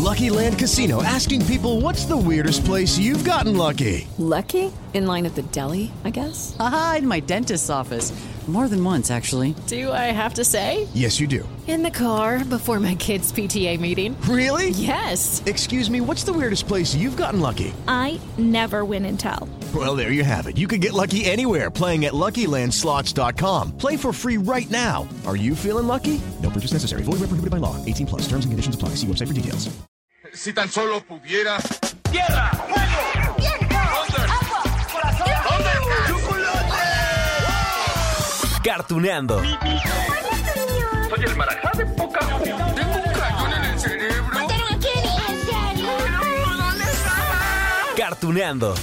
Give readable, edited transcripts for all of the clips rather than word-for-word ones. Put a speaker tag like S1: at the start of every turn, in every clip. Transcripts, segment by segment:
S1: Lucky Land Casino, asking people, what's the weirdest place you've gotten lucky?
S2: Lucky? In line at the deli, I guess?
S3: Aha, in my dentist's office. More than once, actually.
S2: Do I have to say?
S1: Yes, you do.
S2: In the car before my kids' PTA meeting.
S1: Really?
S2: Yes.
S1: Excuse me, what's the weirdest place you've gotten lucky?
S4: I never win and tell.
S1: Well, there you have it. You can get lucky anywhere, playing at LuckyLandSlots.com. Play for free right now. Are you feeling lucky? No purchase necessary. Void where prohibited by law. 18 plus. Terms and conditions apply. See website for details.
S5: Si tan solo pudiera.
S6: ¡Tierra! ¡Fuego! ¡Viento! ¡Agua! ¡Corazón!
S5: ¡Chocolate!
S7: Cartuneando.
S5: Soy el marajá de Pocahontas. Tengo un cañón en el cerebro.
S4: ¿Mataron a quién? ¿En serio?
S5: ¿Dónde está?
S7: Cartuneando.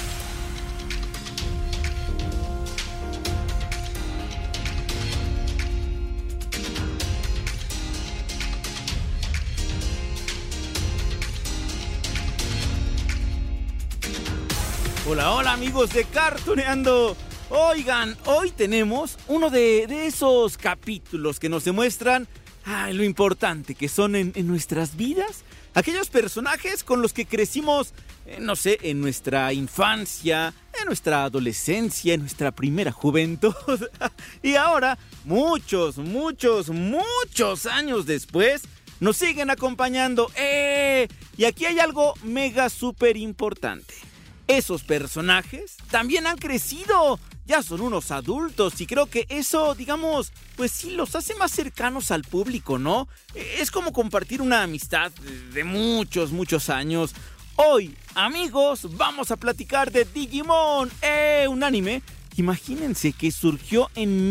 S8: Hola, hola amigos de Cartuneando. Oigan, hoy tenemos uno de esos capítulos que nos demuestran lo importante que son en nuestras vidas. Aquellos personajes con los que crecimos, no sé, en nuestra infancia, en nuestra adolescencia, en nuestra primera juventud. Y ahora, muchos años después, nos siguen acompañando. Y aquí hay algo mega súper importante. Esos personajes también han crecido, ya son unos adultos y creo que eso, digamos, pues sí los hace más cercanos al público, ¿no? Es como compartir una amistad de muchos años. Hoy, amigos, vamos a platicar de Digimon, un anime. Imagínense que surgió en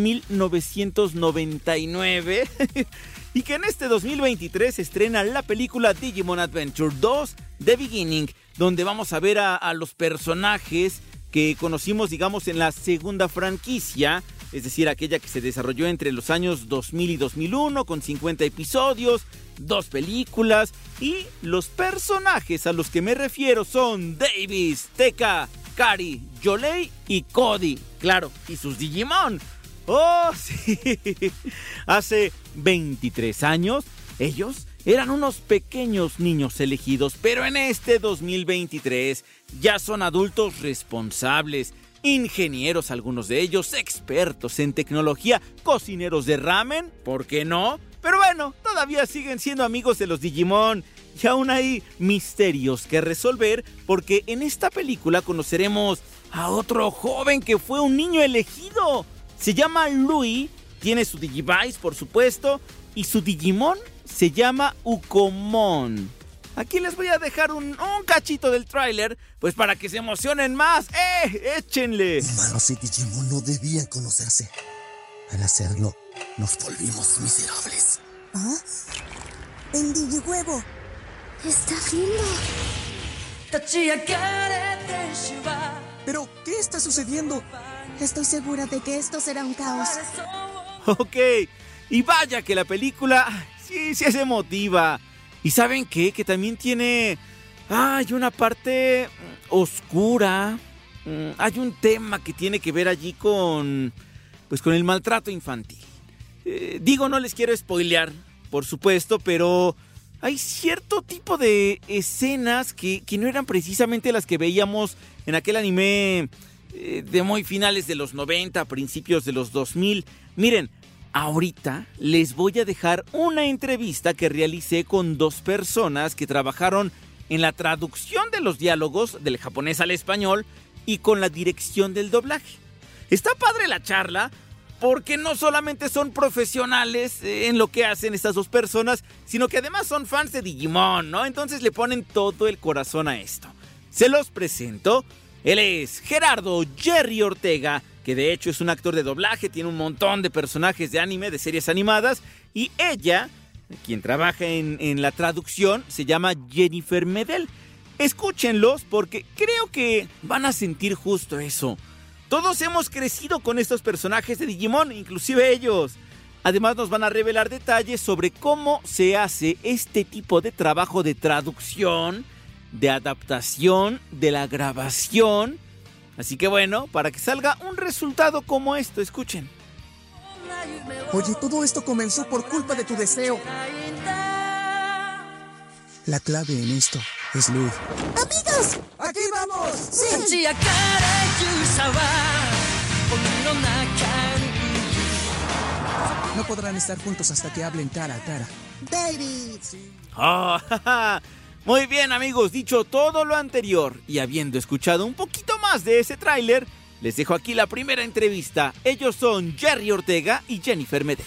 S8: 1999 y que en este 2023 se estrena la película Digimon Adventure 2 The Beginning, donde vamos a ver a los personajes que conocimos, digamos, en la segunda franquicia, es decir, aquella que se desarrolló entre los años 2000 y 2001, con 50 episodios, 2 películas, y los personajes a los que me refiero son Davis, Tekka, Kari, Yolei y Cody, claro, y sus Digimon. ¡Oh, sí! Hace 23 años, ellos eran unos pequeños niños elegidos, pero en este 2023 ya son adultos responsables, ingenieros algunos de ellos, expertos en tecnología, cocineros de ramen, ¿por qué no? Pero bueno, todavía siguen siendo amigos de los Digimon y aún hay misterios que resolver porque en esta película conoceremos a otro joven que fue un niño elegido. Se llama Louis, tiene su Digivice por supuesto y su Digimon se llama Ukomon. Aquí les voy a dejar un cachito del tráiler, pues para que se emocionen más. ¡Échenle!
S9: Humanos y Digimon no debían conocerse. Al hacerlo, nos volvimos miserables.
S10: ¿Ah? ¡En Digihuevo!
S4: ¡Está lindo!
S9: ¿Pero qué está sucediendo?
S10: Estoy segura de que esto será un caos.
S8: Ok, y vaya que la película sí es emotiva. ¿Y saben qué? Que también tiene... hay una parte oscura. Hay un tema que tiene que ver allí con... pues con el maltrato infantil. No les quiero spoilear, por supuesto, pero hay cierto tipo de escenas que no eran precisamente las que veíamos en aquel anime de muy finales de los 90, principios de los 2000. Miren, ahorita les voy a dejar una entrevista que realicé con 2 personas que trabajaron en la traducción de los diálogos del japonés al español y con la dirección del doblaje. Está padre la charla porque no solamente son profesionales en lo que hacen estas 2 personas, sino que además son fans de Digimon, ¿no? Entonces le ponen todo el corazón a esto. Se los presento. Él es Gerardo Jerry Ortega, que de hecho es un actor de doblaje, tiene un montón de personajes de anime, de series animadas, y ella, quien trabaja en la traducción, se llama Jennifer Medel. Escúchenlos porque creo que van a sentir justo eso. Todos hemos crecido con estos personajes de Digimon, inclusive ellos. Además nos van a revelar detalles sobre cómo se hace este tipo de trabajo de traducción, de adaptación, de la grabación. Así que bueno, para que salga un resultado como esto, escuchen.
S9: Oye, todo esto comenzó por culpa de tu deseo. La clave en esto es luz.
S10: ¡Amigos!
S6: ¡Aquí vamos!
S10: ¡Sí!
S9: No podrán estar juntos hasta que hablen cara a cara.
S10: ¡Baby!
S8: Oh, muy bien, amigos, dicho todo lo anterior y habiendo escuchado un poquito más de ese tráiler, les dejo aquí la primera entrevista. Ellos son Jerry Ortega y Jennifer Medel.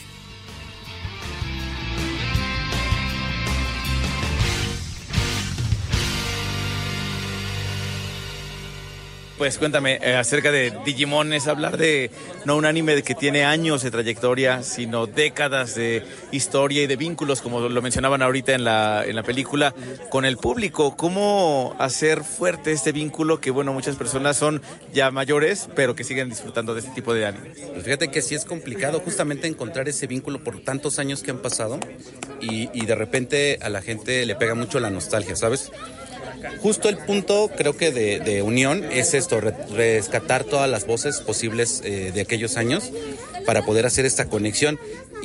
S8: Pues cuéntame acerca de Digimon. Es hablar de no un anime que tiene años de trayectoria, sino décadas de historia y de vínculos, como lo mencionaban ahorita en la película, con el público. ¿Cómo hacer fuerte este vínculo que, bueno, muchas personas son ya mayores, pero que siguen disfrutando de este tipo de anime?
S7: Pues fíjate que sí es complicado justamente encontrar ese vínculo por tantos años que han pasado y de repente a la gente le pega mucho la nostalgia, ¿sabes? Justo el punto, creo que de unión es esto, rescatar todas las voces posibles de aquellos años para poder hacer esta conexión.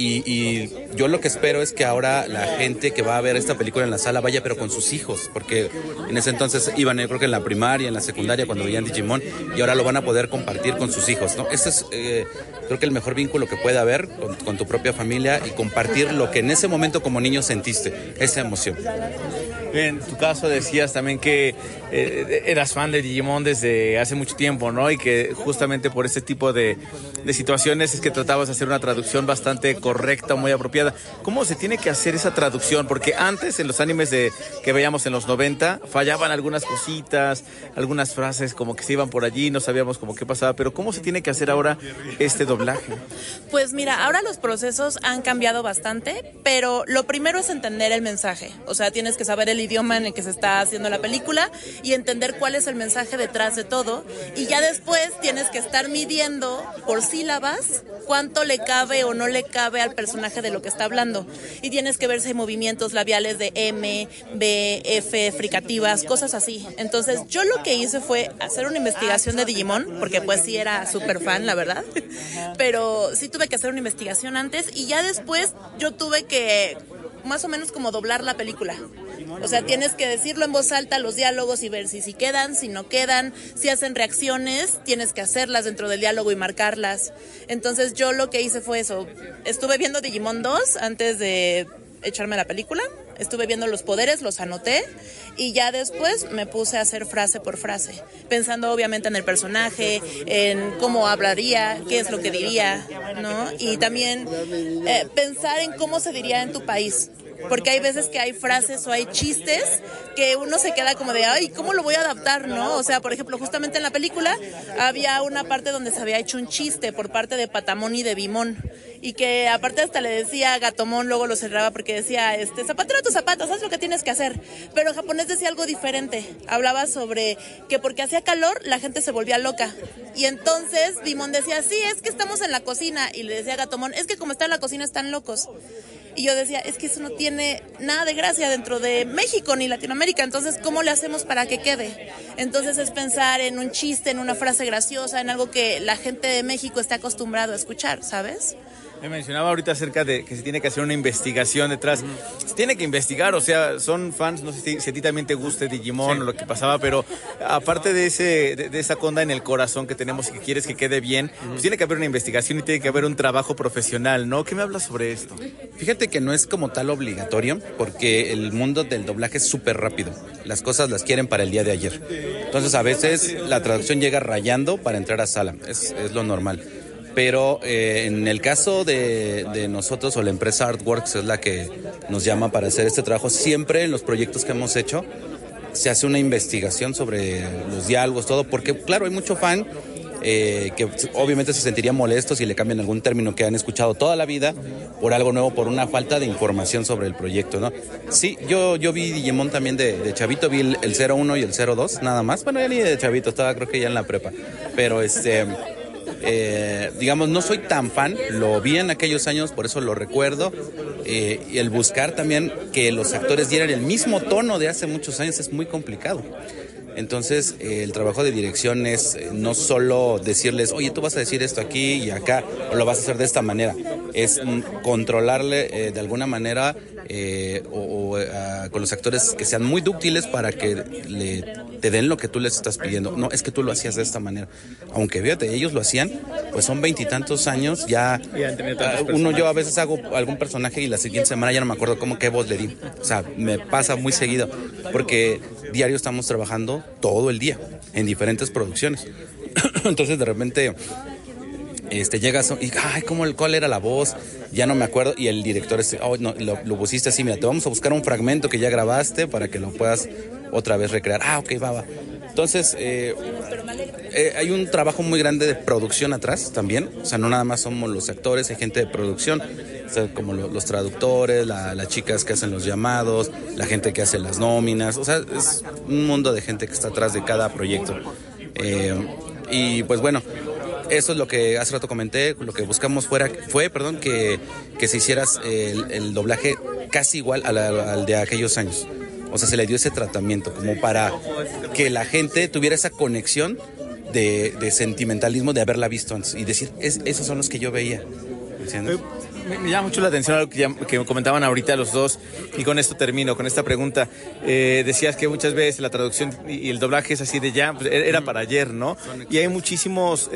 S7: Y yo lo que espero es que ahora la gente que va a ver esta película en la sala vaya pero con sus hijos, porque en ese entonces iban, yo creo que en la primaria, en la secundaria cuando veían Digimon, y ahora lo van a poder compartir con sus hijos, ¿no? Ese es creo que el mejor vínculo que puede haber con tu propia familia y compartir lo que en ese momento como niño sentiste, esa emoción.
S8: En tu caso decías también que eras fan de Digimon desde hace mucho tiempo, ¿no? Y que justamente por este tipo de situaciones es que tratabas de hacer una traducción bastante correcta, muy apropiada. ¿Cómo se tiene que hacer esa traducción? Porque antes en los animes que veíamos en los 90 fallaban algunas cositas, algunas frases como que se iban por allí, no sabíamos como qué pasaba, pero ¿cómo se tiene que hacer ahora este doblaje?
S11: Pues mira, ahora los procesos han cambiado bastante, pero lo primero es entender el mensaje. O sea, tienes que saber el idioma en el que se está haciendo la película y entender cuál es el mensaje detrás de todo, y ya después tienes que estar midiendo por sílabas cuánto le cabe o no le cabe al personaje de lo que está hablando, y tienes que ver si hay movimientos labiales de M, B, F, fricativas, cosas así. Entonces yo lo que hice fue hacer una investigación de Digimon, porque pues sí era súper fan, la verdad, pero sí tuve que hacer una investigación antes, y ya después yo tuve que más o menos como doblar la película. O sea, tienes que decirlo en voz alta, los diálogos, y ver si quedan, si no quedan, si hacen reacciones, tienes que hacerlas dentro del diálogo y marcarlas. Entonces yo lo que hice fue eso. Estuve viendo Digimon 2 antes de echarme la película, estuve viendo los poderes, los anoté, y ya después me puse a hacer frase por frase, pensando obviamente en el personaje, en cómo hablaría, qué es lo que diría, ¿no? Y también pensar en cómo se diría en tu país. Porque hay veces que hay frases o hay chistes que uno se queda como de, ay, ¿cómo lo voy a adaptar, no? O sea, por ejemplo, justamente en la película había una parte donde se había hecho un chiste por parte de Patamon y de Bimon, y que aparte hasta le decía a Gatomon, luego lo cerraba porque decía, zapatero tus zapatos, haz lo que tienes que hacer. Pero en japonés decía algo diferente, hablaba sobre que porque hacía calor la gente se volvía loca. Y entonces Bimon decía, sí, es que estamos en la cocina, y le decía a Gatomon, es que como está en la cocina están locos. Y yo decía, es que eso no tiene nada de gracia dentro de México ni Latinoamérica, entonces, ¿cómo le hacemos para que quede? Entonces es pensar en un chiste, en una frase graciosa, en algo que la gente de México está acostumbrado a escuchar, ¿sabes?
S8: Me mencionaba ahorita acerca de que se tiene que hacer una investigación detrás. Se tiene que investigar, o sea, son fans, no sé si a ti también te guste Digimon o lo que pasaba, pero aparte de esa conda en el corazón que tenemos y que quieres que quede bien, pues tiene que haber una investigación y tiene que haber un trabajo profesional, ¿no? ¿Qué me hablas sobre esto?
S7: Fíjate que no es como tal obligatorio, porque el mundo del doblaje es súper rápido. Las cosas las quieren para el día de ayer. Entonces a veces la traducción llega rayando para entrar a sala, es lo normal. Pero en el caso de nosotros, o la empresa Artworks es la que nos llama para hacer este trabajo, siempre en los proyectos que hemos hecho se hace una investigación sobre los diálogos, todo, porque claro, hay mucho fan que obviamente se sentiría molesto si le cambian algún término que han escuchado toda la vida por algo nuevo, por una falta de información sobre el proyecto, ¿no? Sí, yo vi Digimon también de chavito, vi el 01 y el 02, nada más. Bueno, ya ni de chavito, estaba creo que ya en la prepa, pero digamos, no soy tan fan, lo vi en aquellos años, por eso lo recuerdo, y el buscar también que los actores dieran el mismo tono de hace muchos años es muy complicado. Entonces, el trabajo de dirección es no solo decirles, oye, tú vas a decir esto aquí y acá, o lo vas a hacer de esta manera. es controlarle de alguna manera con los actores que sean muy dúctiles para que te den lo que tú les estás pidiendo. No, es que tú lo hacías de esta manera. Aunque fíjate, ellos lo hacían, pues son 20 y tantos años, ya yo a veces hago algún personaje y la siguiente semana ya no me acuerdo qué voz le di. O sea, me pasa muy seguido, porque diario estamos trabajando todo el día en diferentes producciones. Entonces de repente llegas y ¿cuál era la voz? Ya no me acuerdo, y el director lo pusiste así, mira, te vamos a buscar un fragmento que ya grabaste para que lo puedas otra vez recrear. Ok, va. Entonces hay un trabajo muy grande de producción atrás también, o sea, no nada más somos los actores, hay gente de producción, o sea, como los traductores, las chicas que hacen los llamados, la gente que hace las nóminas, o sea, es un mundo de gente que está atrás de cada proyecto. Y pues bueno, eso es lo que hace rato comenté, lo que buscamos fue que se hiciera el doblaje casi igual al de aquellos años. O sea, se le dio ese tratamiento como para que la gente tuviera esa conexión de sentimentalismo de haberla visto antes y decir, esos son los que yo veía. ¿Entiendes?
S8: Me llama mucho la atención algo que comentaban ahorita los dos, y con esto termino, con esta pregunta. Decías que muchas veces la traducción y el doblaje es así de ya, pues era para ayer, ¿no? Y hay muchos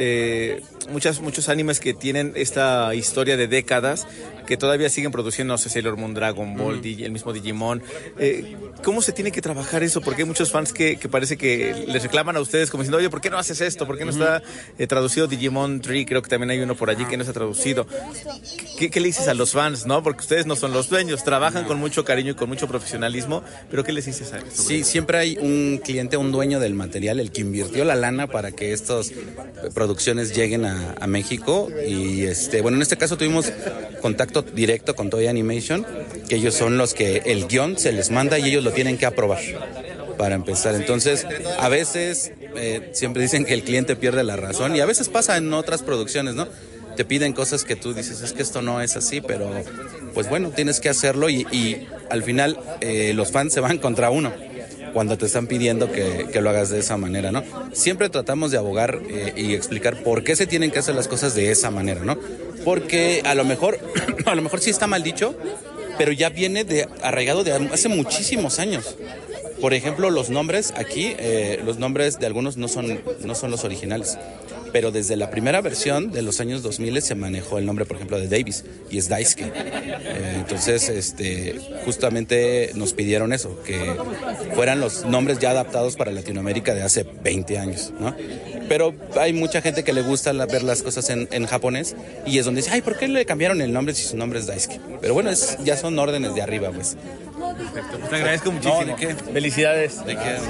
S8: animes que tienen esta historia de décadas que todavía siguen produciendo, no sé, Sailor Moon, Dragon Ball, el mismo Digimon. ¿Cómo se tiene que trabajar eso? Porque hay muchos fans que parece que les reclaman a ustedes como diciendo, oye, ¿por qué no haces esto? ¿Por qué no está traducido Digimon 3? Creo que también hay uno por allí que no está traducido. ¿Qué le dices a los fans, no? Porque ustedes no son los dueños, trabajan con mucho cariño y con mucho profesionalismo, pero ¿qué les dices a eso?
S7: Sí, siempre hay un cliente, un dueño del material, el que invirtió la lana para que estas producciones lleguen a México. Y bueno, en este caso tuvimos contacto directo con Toei Animation, que ellos son los que el guión se les manda y ellos lo tienen que aprobar para empezar. Entonces, a veces siempre dicen que el cliente pierde la razón, y a veces pasa en otras producciones, ¿no? Te piden cosas que tú dices, es que esto no es así, pero pues bueno, tienes que hacerlo, y al final los fans se van contra uno cuando te están pidiendo que lo hagas de esa manera, ¿no? Siempre tratamos de abogar y explicar por qué se tienen que hacer las cosas de esa manera, ¿no? Porque a lo mejor sí está mal dicho, pero ya viene arraigado de hace muchísimos años. Por ejemplo, los nombres aquí, los nombres de algunos no son los originales, pero desde la primera versión de los años 2000 se manejó el nombre, por ejemplo, de Davis, y es Daisuke. Entonces, justamente nos pidieron eso, que fueran los nombres ya adaptados para Latinoamérica de hace 20 años, ¿no? Pero hay mucha gente que le gusta ver las cosas en japonés, y es donde dice, ay, ¿por qué le cambiaron el nombre si su nombre es Daisuke? Pero bueno, ya son órdenes de arriba, pues.
S8: Perfecto, pues te agradezco muchísimo.
S7: No, ¿de qué?
S8: Felicidades.
S7: ¿De qué?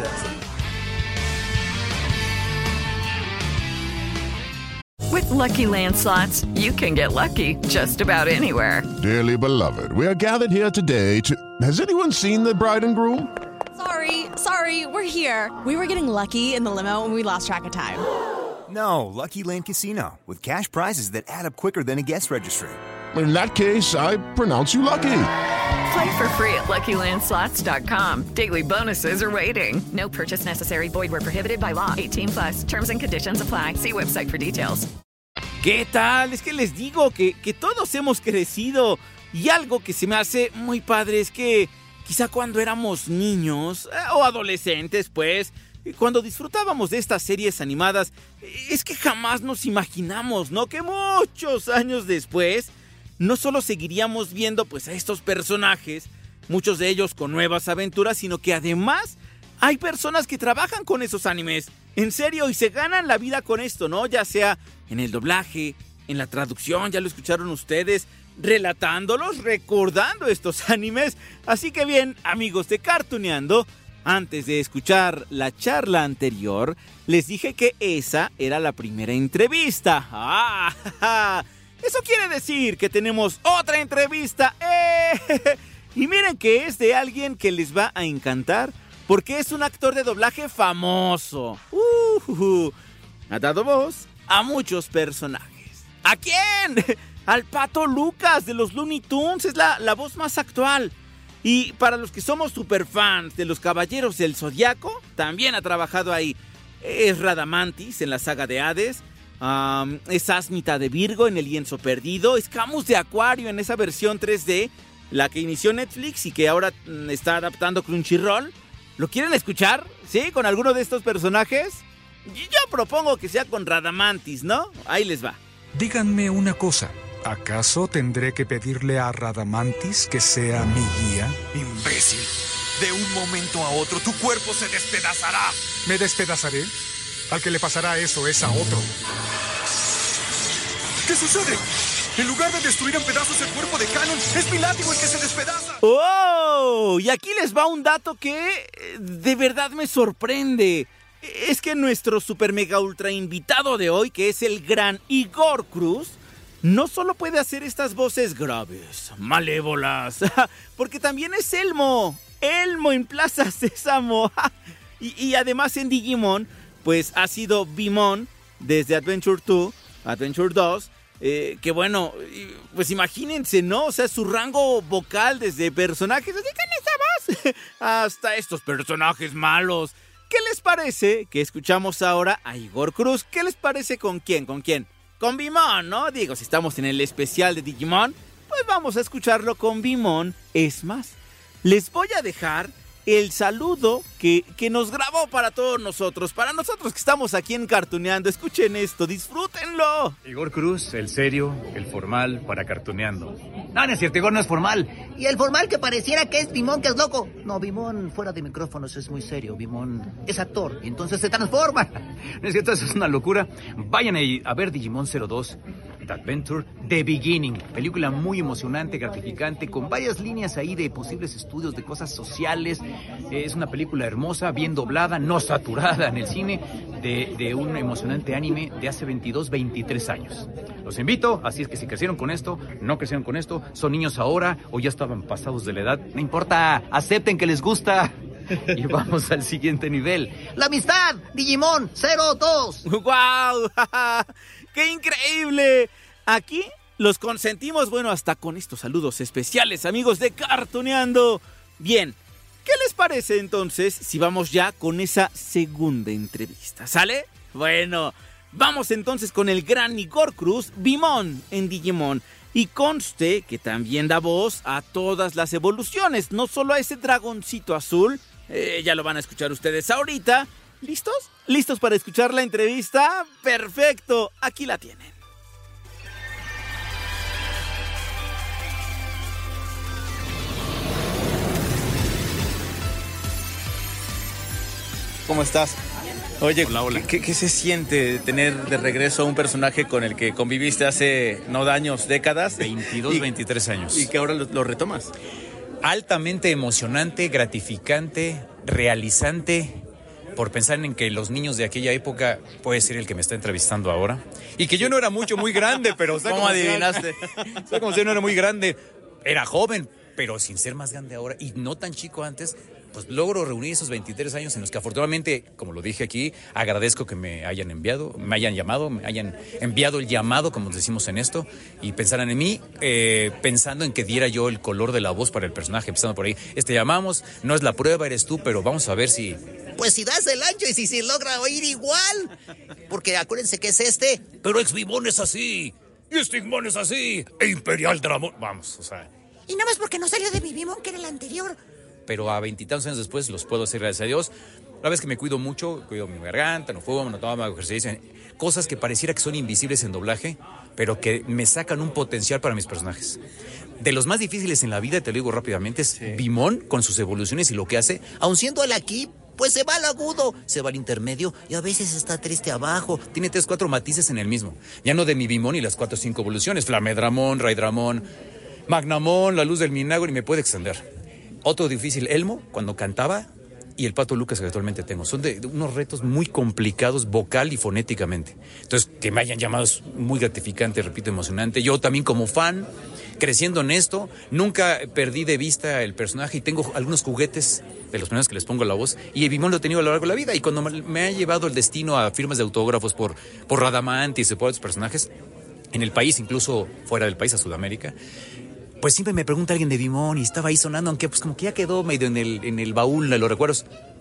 S12: With Lucky Land Slots, you can get lucky just about anywhere.
S13: Dearly beloved, we are gathered here today to... Has anyone seen the bride and groom?
S14: Sorry, we're here. We were getting lucky in the limo and we lost track of time.
S15: No, Lucky Land Casino, with cash prizes that add up quicker than a guest registry.
S13: In that case, I pronounce you lucky.
S12: Play for free at LuckyLandSlots.com. Daily bonuses are waiting. No purchase necessary. Void where prohibited by law. 18+. Terms and conditions apply. See website for details.
S8: ¿Qué tal? Es que les digo que todos hemos crecido, y algo que se me hace muy padre es que quizá cuando éramos niños o adolescentes, pues, cuando disfrutábamos de estas series animadas, es que jamás nos imaginamos, ¿no? Que muchos años después no solo seguiríamos viendo pues a estos personajes, muchos de ellos con nuevas aventuras, sino que además hay personas que trabajan con esos animes, en serio, y se ganan la vida con esto, ¿no? Ya sea en el doblaje, en la traducción, ya lo escucharon ustedes, relatándolos, recordando estos animes. Así que bien, amigos de Cartooneando, antes de escuchar la charla anterior, les dije que esa era la primera entrevista. Eso quiere decir que tenemos otra entrevista. Y miren que es de alguien que les va a encantar, porque es un actor de doblaje famoso. Ha dado voz a muchos personajes. ¿A quién? Al Pato Lucas de los Looney Tunes. Es la voz más actual. Y para los que somos superfans de los Caballeros del Zodiaco, también ha trabajado ahí. Es Radamantis en la saga de Hades. Es Asmita de Virgo en El lienzo perdido. Es Camus de Acuario en esa versión 3D, la que inició Netflix y que ahora está adaptando Crunchyroll. ¿Lo quieren escuchar? ¿Sí? ¿Con alguno de estos personajes? Yo propongo que sea con Radamantis, ¿no? Ahí les va.
S16: Díganme una cosa. ¿Acaso tendré que pedirle a Radamantis que sea mi guía?
S17: ¡Imbécil! De un momento a otro, tu cuerpo se despedazará.
S16: ¿Me despedazaré? Al que le pasará eso es a otro.
S17: ¿Qué sucede? En lugar de destruir en pedazos el cuerpo de Canon, es mi látigo el que se despedaza.
S8: ¡Oh! Y aquí les va un dato que de verdad me sorprende. Es que nuestro super mega ultra invitado de hoy, que es el gran Igor Cruz, no solo puede hacer estas voces graves, malévolas, porque también es Elmo. Elmo en Plaza Sésamo. y además en Digimon, pues ha sido Bimon desde Adventure 2, Adventure 2, que bueno, pues imagínense, ¿no? O sea, su rango vocal desde personajes así con esa voz hasta estos personajes malos. ¿Qué les parece que escuchamos ahora a Igor Cruz? ¿Qué les parece con quién? ¿Con quién? Con Bimon, ¿no? Digo, si estamos en el especial de Digimon, pues vamos a escucharlo con Bimon. Es más, les voy a dejar el saludo que nos grabó para todos nosotros, para nosotros que estamos aquí en Cartuneando. Escuchen esto, disfrútenlo.
S18: Igor Cruz, el serio, el formal para Cartuneando. No es cierto, Igor no es formal.
S10: Y el formal que pareciera que es Bimon, que es loco. No, Bimon fuera de micrófonos es muy serio. Bimon es actor y entonces se transforma.
S18: No es cierto, eso es una locura. Vayan a ver Digimon 02, The Adventure, The Beginning. Película muy emocionante, gratificante, con varias líneas ahí de posibles estudios de cosas sociales. Es una película hermosa, bien doblada, no saturada en el cine, de un emocionante anime de hace 22, 23 años. Los invito, así es que si crecieron con esto, no crecieron con esto, son niños ahora o ya estaban pasados de la edad, no importa, acepten que les gusta. Y vamos al siguiente nivel.
S10: La amistad, Digimon 02.
S8: ¡Guau! ¡Qué increíble! Aquí los consentimos, bueno, hasta con estos saludos especiales, amigos de Cartuneando. Bien, ¿qué les parece entonces si vamos ya con esa segunda entrevista? ¿Sale? Bueno, vamos entonces con el gran Igor Cruz, Bimon en Digimon. Y conste que también da voz a todas las evoluciones, no solo a ese dragoncito azul. Ya lo van a escuchar ustedes ahorita. ¿Listos? ¿Listos para escuchar la entrevista? ¡Perfecto! Aquí la tienen.
S7: ¿Cómo estás? Oye,
S18: hola, hola.
S7: ¿Qué se siente tener de regreso a un personaje con el que conviviste hace, no años, décadas?
S18: 22, 23 años.
S7: Y que ahora lo retomas.
S18: Altamente emocionante, gratificante, realizante, por pensar en que los niños de aquella época puede ser el que me está entrevistando ahora. Y que yo no era muy grande, pero...
S7: ¿Cómo adivinaste?
S18: ¿Sabes cómo si no era muy grande? Era joven, pero sin ser más grande ahora y no tan chico antes, pues logro reunir esos 23 años en los que afortunadamente, como lo dije aquí, agradezco que me hayan llamado, me hayan enviado el llamado, como decimos en esto, y pensaran en mí, pensando en que diera yo el color de la voz para el personaje, empezando por ahí. Llamamos, no es la prueba, eres tú, pero vamos a ver si...
S10: Pues si das el ancho y si se logra oír igual. Porque acuérdense que es
S18: Pero Ex-Bimon es así, y Stigmon es así, e Imperial Dramon... Vamos, o sea...
S10: Y nada más porque no salió de mi Bimon, que era el anterior.
S18: Pero a 20 y tantos años después los puedo hacer, gracias a Dios. La vez que me cuido mucho, cuido mi garganta, no fumo, no tomo ejercicio, cosas que pareciera que son invisibles en doblaje, pero que me sacan un potencial para mis personajes. De los más difíciles en la vida, te lo digo rápidamente, es Bimon con sus evoluciones y lo que hace.
S10: Aun siendo él aquí, pues se va al agudo, se va al intermedio y a veces está triste abajo.
S18: Tiene 3, 4 matices en el mismo. Ya no de mi Bimon y las 4 o 5 evoluciones. Flamedramon, Raidramon, Magnamon, la luz del Minagor, y me puede extender. Otro difícil, Elmo, cuando cantaba, y el Pato Lucas que actualmente tengo. Son de unos retos muy complicados vocal y fonéticamente. Entonces, que me hayan llamado es muy gratificante, repito, emocionante. Yo también como fan, creciendo en esto, nunca perdí de vista el personaje y tengo algunos juguetes de los personajes que les pongo la voz, y el Bimon lo he tenido a lo largo de la vida, y cuando me ha llevado el destino a firmas de autógrafos por Radamantis y por otros personajes, en el país, incluso fuera del país, a Sudamérica, pues siempre me pregunta alguien de Bimon y estaba ahí sonando, aunque pues como que ya quedó medio en el baúl de los recuerdos.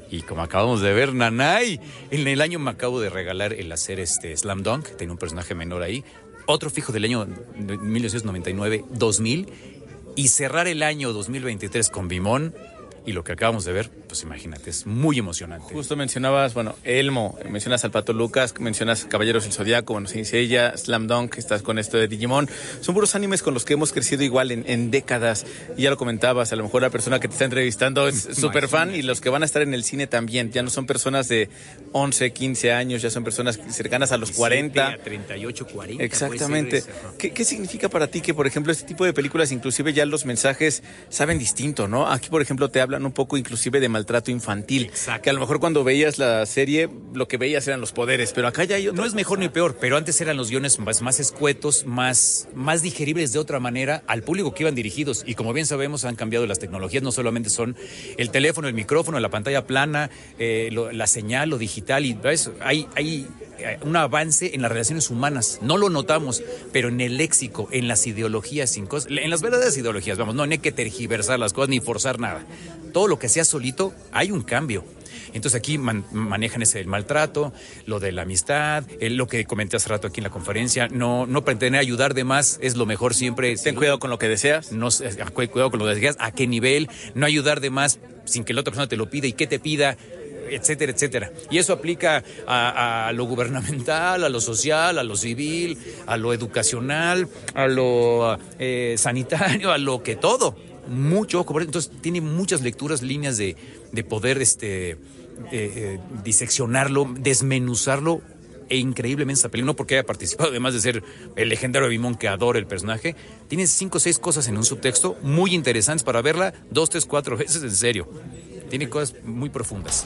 S18: Y como acabamos de ver, Nanay, en el año me acabo de regalar el hacer Slam Dunk, tenía un personaje menor ahí, otro fijo del año 1999-2000, y cerrar el año 2023 con Vimón. Y lo que acabamos de ver, pues imagínate, es muy emocionante.
S8: Justo mencionabas, Elmo, mencionas al Pato Lucas, mencionas Caballeros del Zodiaco, Saint Seiya, Slam Dunk, estás con esto de Digimon. Son puros animes con los que hemos crecido igual en décadas. Y ya lo comentabas, a lo mejor la persona que te está entrevistando es súper fan y los que van a estar en el cine también. Ya no son personas de 11, 15 años, ya son personas cercanas a los 40.
S18: A 38, 40.
S8: Exactamente. ¿Qué significa para ti que, por ejemplo, este tipo de películas, inclusive ya los mensajes saben distinto, ¿no? Aquí, por ejemplo, te hablan un poco inclusive de maltrato infantil.
S18: Exacto.
S8: Que a lo mejor cuando veías la serie, lo que veías eran los poderes, pero acá ya hay otro.
S18: No es mejor ni peor, pero antes eran los guiones más escuetos, más digeribles de otra manera al público que iban dirigidos. Y como bien sabemos, han cambiado las tecnologías, no solamente son el teléfono, el micrófono, la pantalla plana, la señal, lo digital, y ¿ves? Hay un avance en las relaciones humanas. No lo notamos, pero en el léxico, en las ideologías, en las verdaderas ideologías, no hay que tergiversar las cosas ni forzar nada. Todo lo que sea solito, hay un cambio. Entonces aquí manejan el maltrato, lo de la amistad, lo que comenté hace rato aquí en la conferencia, no pretender ayudar de más es lo mejor siempre.
S8: Ten cuidado con lo que deseas.
S18: Cuidado con lo que deseas, a qué nivel, no ayudar de más sin que la otra persona te lo pida y que te pida, etcétera, etcétera. Y eso aplica a lo gubernamental, a lo social, a lo civil, a lo educacional, a lo sanitario, a lo que todo. Mucho ojo, entonces tiene muchas lecturas, líneas de poder diseccionarlo, desmenuzarlo, e increíblemente esta película, no porque haya participado, además de ser el legendario Vimón que adora el personaje, tiene 5 o 6 cosas en un subtexto muy interesantes para verla 2, 3, 4 veces en serio. Tiene cosas muy profundas.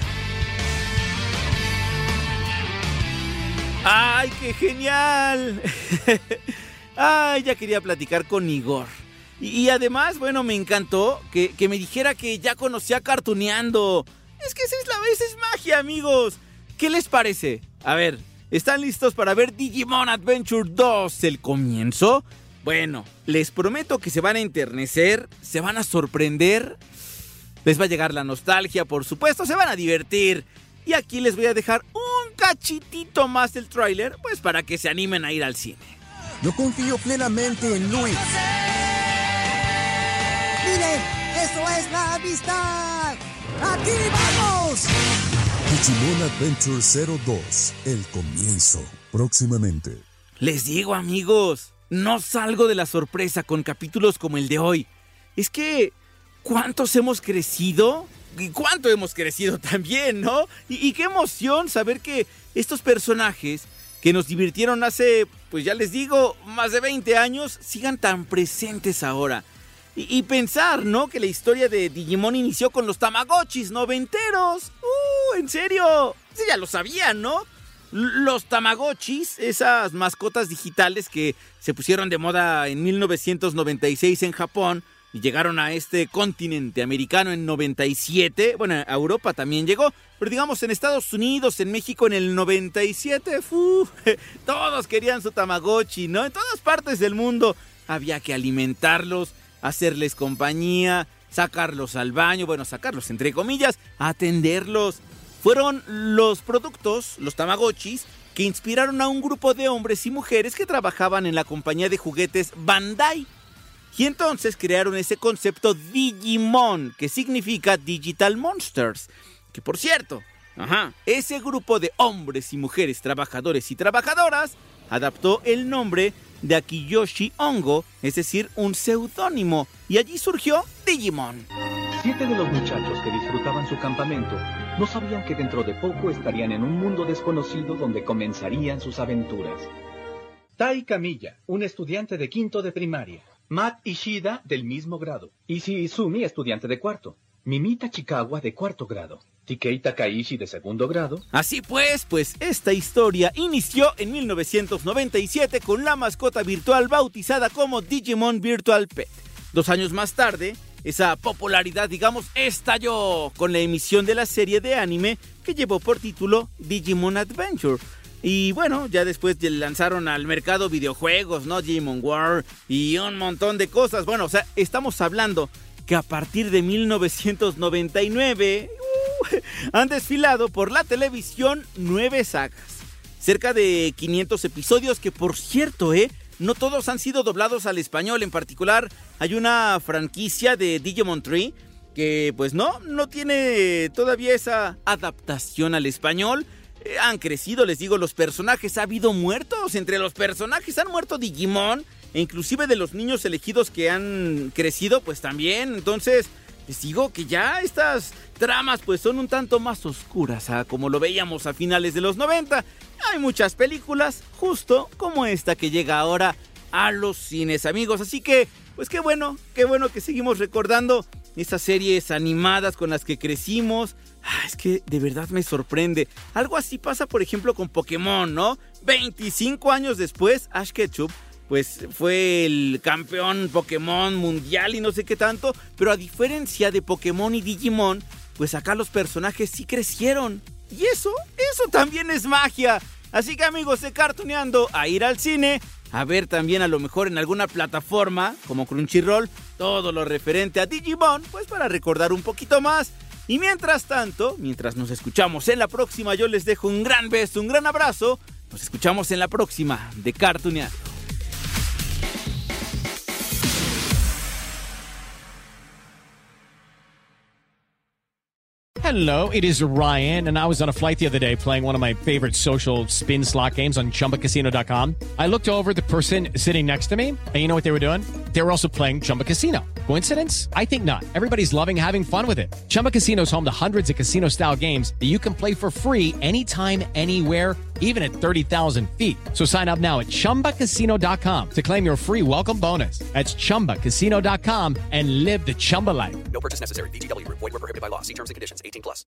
S8: ¡Ay, qué genial! ¡Ay, ya quería platicar con Igor! Y además, me encantó que me dijera que ya conocía Cartooneando. Es que esa es magia, amigos. ¿Qué les parece? A ver, ¿están listos para ver Digimon Adventure 2, el comienzo? Bueno, les prometo que se van a enternecer, se van a sorprender, les va a llegar la nostalgia, por supuesto, se van a divertir. Y aquí les voy a dejar un cachitito más del tráiler, pues para que se animen a ir al cine.
S9: Yo confío plenamente en Luis. ¡Miren! ¡Eso es la amistad! ¡Aquí vamos!
S19: Digimon Adventure 02, el comienzo, próximamente.
S8: Les digo, amigos, no salgo de la sorpresa con capítulos como el de hoy. Es que, ¿cuántos hemos crecido? Y cuánto hemos crecido también, ¿no? Y qué emoción saber que estos personajes que nos divirtieron hace, pues ya les digo, más de 20 años, sigan tan presentes ahora. Y pensar, ¿no? Que la historia de Digimon inició con los Tamagotchis noventeros. ¿En serio? Sí, ya lo sabían, ¿no? Los Tamagotchis, esas mascotas digitales que se pusieron de moda en 1996 en Japón y llegaron a este continente americano en 97. Bueno, a Europa también llegó, pero digamos en Estados Unidos, en México en el 97. Todos querían su Tamagotchi, ¿no? En todas partes del mundo había que alimentarlos, hacerles compañía, sacarlos al baño, sacarlos entre comillas, atenderlos. Fueron los productos, los Tamagotchis, que inspiraron a un grupo de hombres y mujeres que trabajaban en la compañía de juguetes Bandai. Y entonces crearon ese concepto Digimon, que significa Digital Monsters. Que por cierto, ese grupo de hombres y mujeres, trabajadores y trabajadoras, adaptó el nombre de Akiyoshi Hongo, es decir, un seudónimo, y allí surgió Digimon.
S20: 7 de los muchachos que disfrutaban su campamento no sabían que dentro de poco estarían en un mundo desconocido donde comenzarían sus aventuras. Tai Kamiya, un estudiante de 5º de primaria. Matt Ishida, del mismo grado. Ishii Izumi, estudiante de 4º. Mimi Tachikawa, de 4º grado. Tikei Takaishi, de 2º grado.
S8: Así pues esta historia inició en 1997 con la mascota virtual bautizada como Digimon Virtual Pet. 2 años más tarde, esa popularidad, estalló con la emisión de la serie de anime que llevó por título Digimon Adventure. Y ya después lanzaron al mercado videojuegos, ¿no? Digimon World y un montón de cosas. Estamos hablando que a partir de 1999, han desfilado por la televisión 9 sagas. Cerca de 500 episodios que, por cierto, no todos han sido doblados al español. En particular, hay una franquicia de Digimon Tree que pues no tiene todavía esa adaptación al español. Han crecido, les digo, los personajes. Ha habido muertos. Entre los personajes han muerto Digimon. E inclusive de los niños elegidos que han crecido, pues también. Entonces, les digo que ya estas tramas pues son un tanto más oscuras, como lo veíamos a finales de los 90. Hay muchas películas, justo como esta que llega ahora a los cines, amigos. Así que, pues qué bueno que seguimos recordando estas series animadas con las que crecimos. Es que de verdad me sorprende. Algo así pasa, por ejemplo, con Pokémon, ¿no? 25 años después, Ash Ketchum pues fue el campeón Pokémon mundial y no sé qué tanto, pero a diferencia de Pokémon y Digimon, pues acá los personajes sí crecieron. Y eso también es magia. Así que, amigos de Cartooneando, a ir al cine, a ver también a lo mejor en alguna plataforma como Crunchyroll todo lo referente a Digimon, pues para recordar un poquito más. Y mientras tanto, mientras nos escuchamos en la próxima, yo les dejo un gran beso, un gran abrazo. Nos escuchamos en la próxima de Cartooneando.
S21: Hello, it is Ryan, and I was on a flight the other day playing one of my favorite social spin slot games on ChumbaCasino.com. I looked over at the person sitting next to me, and you know what they were doing? They were also playing Chumba Casino. Coincidence? I think not. Everybody's loving having fun with it. Chumba Casino is home to hundreds of casino-style games that you can play for free anytime, anywhere, even at 30,000 feet. So sign up now at ChumbaCasino.com to claim your free welcome bonus. That's ChumbaCasino.com and live the Chumba life.
S22: No purchase necessary. VGW. Void where prohibited by law. See terms and conditions. 18+.